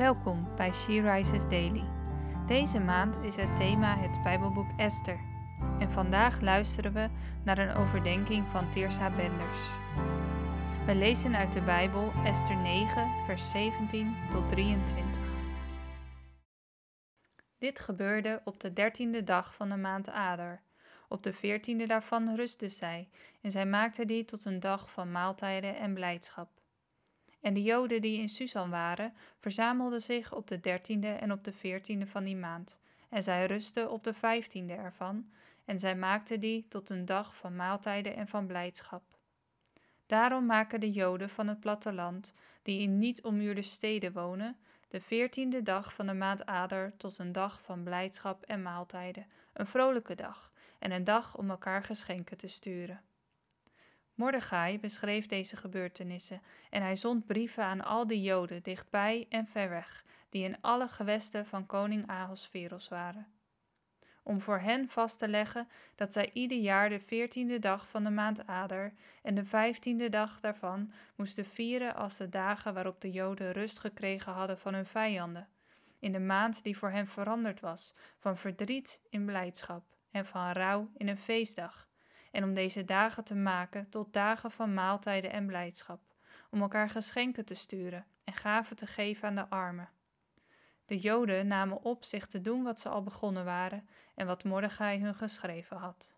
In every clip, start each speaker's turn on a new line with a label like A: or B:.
A: Welkom bij She Rises Daily. Deze maand is het thema het Bijbelboek Esther. En vandaag luisteren we naar een overdenking van Tirsa Benders. We lezen uit de Bijbel Esther 9, vers 17 tot 23. Dit gebeurde op de 13e dag van de maand Adar. Op de 14e daarvan rustte zij, en zij maakte die tot een dag van maaltijden en blijdschap. En de Joden die in Susan waren, verzamelden zich op de 13e en op de 14e van die maand. En zij rustten op de 15e ervan, en zij maakten die tot een dag van maaltijden en van blijdschap. Daarom maken de Joden van het platteland, die in niet ommuurde steden wonen, de 14e dag van de maand Adar tot een dag van blijdschap en maaltijden, een vrolijke dag en een dag om elkaar geschenken te sturen. Mordechai beschreef deze gebeurtenissen en hij zond brieven aan al de Joden dichtbij en ver weg, die in alle gewesten van koning Ahasveros waren, om voor hen vast te leggen dat zij ieder jaar de 14e dag van de maand Adar en de 15e dag daarvan moesten vieren als de dagen waarop de Joden rust gekregen hadden van hun vijanden, in de maand die voor hen veranderd was, van verdriet in blijdschap en van rouw in een feestdag. En om deze dagen te maken tot dagen van maaltijden en blijdschap, om elkaar geschenken te sturen en gaven te geven aan de armen. De Joden namen op zich te doen wat ze al begonnen waren en wat Mordechai hun geschreven had.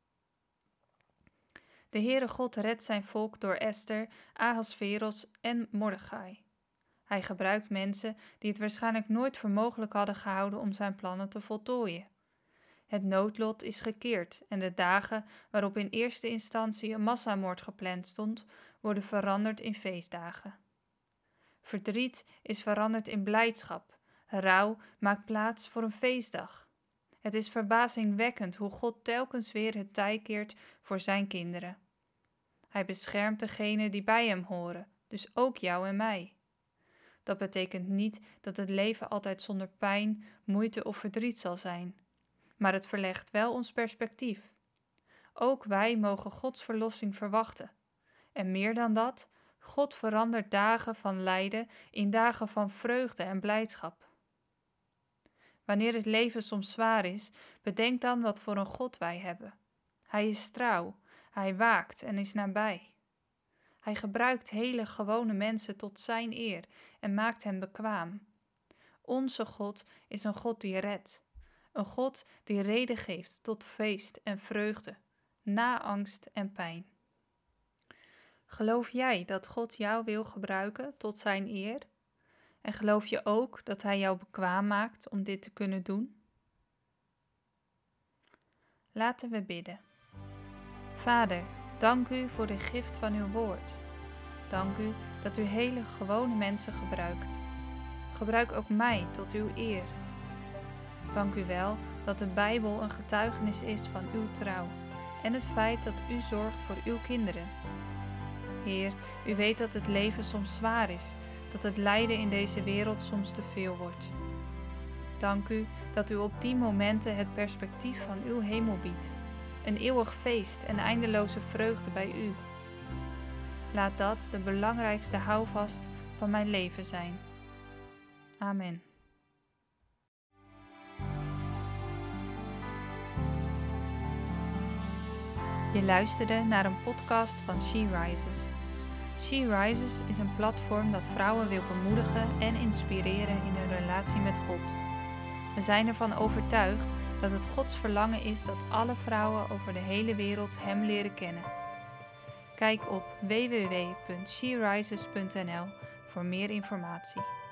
A: De Heere God redt zijn volk door Esther, Ahasveros en Mordechai. Hij gebruikt mensen die het waarschijnlijk nooit voor mogelijk hadden gehouden om zijn plannen te voltooien. Het noodlot is gekeerd en de dagen waarop in eerste instantie een massamoord gepland stond, worden veranderd in feestdagen. Verdriet is veranderd in blijdschap. Rouw maakt plaats voor een feestdag. Het is verbazingwekkend hoe God telkens weer het tij keert voor zijn kinderen. Hij beschermt degenen die bij hem horen, dus ook jou en mij. Dat betekent niet dat het leven altijd zonder pijn, moeite of verdriet zal zijn. Maar het verlegt wel ons perspectief. Ook wij mogen Gods verlossing verwachten. En meer dan dat, God verandert dagen van lijden in dagen van vreugde en blijdschap. Wanneer het leven soms zwaar is, bedenk dan wat voor een God wij hebben. Hij is trouw, hij waakt en is nabij. Hij gebruikt hele gewone mensen tot zijn eer en maakt hen bekwaam. Onze God is een God die redt. Een God die reden geeft tot feest en vreugde, na angst en pijn. Geloof jij dat God jou wil gebruiken tot zijn eer? En geloof je ook dat hij jou bekwaam maakt om dit te kunnen doen? Laten we bidden. Vader, dank u voor de gift van uw woord. Dank u dat u hele gewone mensen gebruikt. Gebruik ook mij tot uw eer. Dank u wel dat de Bijbel een getuigenis is van uw trouw en het feit dat u zorgt voor uw kinderen. Heer, u weet dat het leven soms zwaar is, dat het lijden in deze wereld soms te veel wordt. Dank u dat u op die momenten het perspectief van uw hemel biedt, een eeuwig feest en eindeloze vreugde bij u. Laat dat de belangrijkste houvast van mijn leven zijn. Amen. Je luisterde naar een podcast van She Rises. She Rises is een platform dat vrouwen wil bemoedigen en inspireren in hun relatie met God. We zijn ervan overtuigd dat het Gods verlangen is dat alle vrouwen over de hele wereld Hem leren kennen. Kijk op www.sherises.nl voor meer informatie.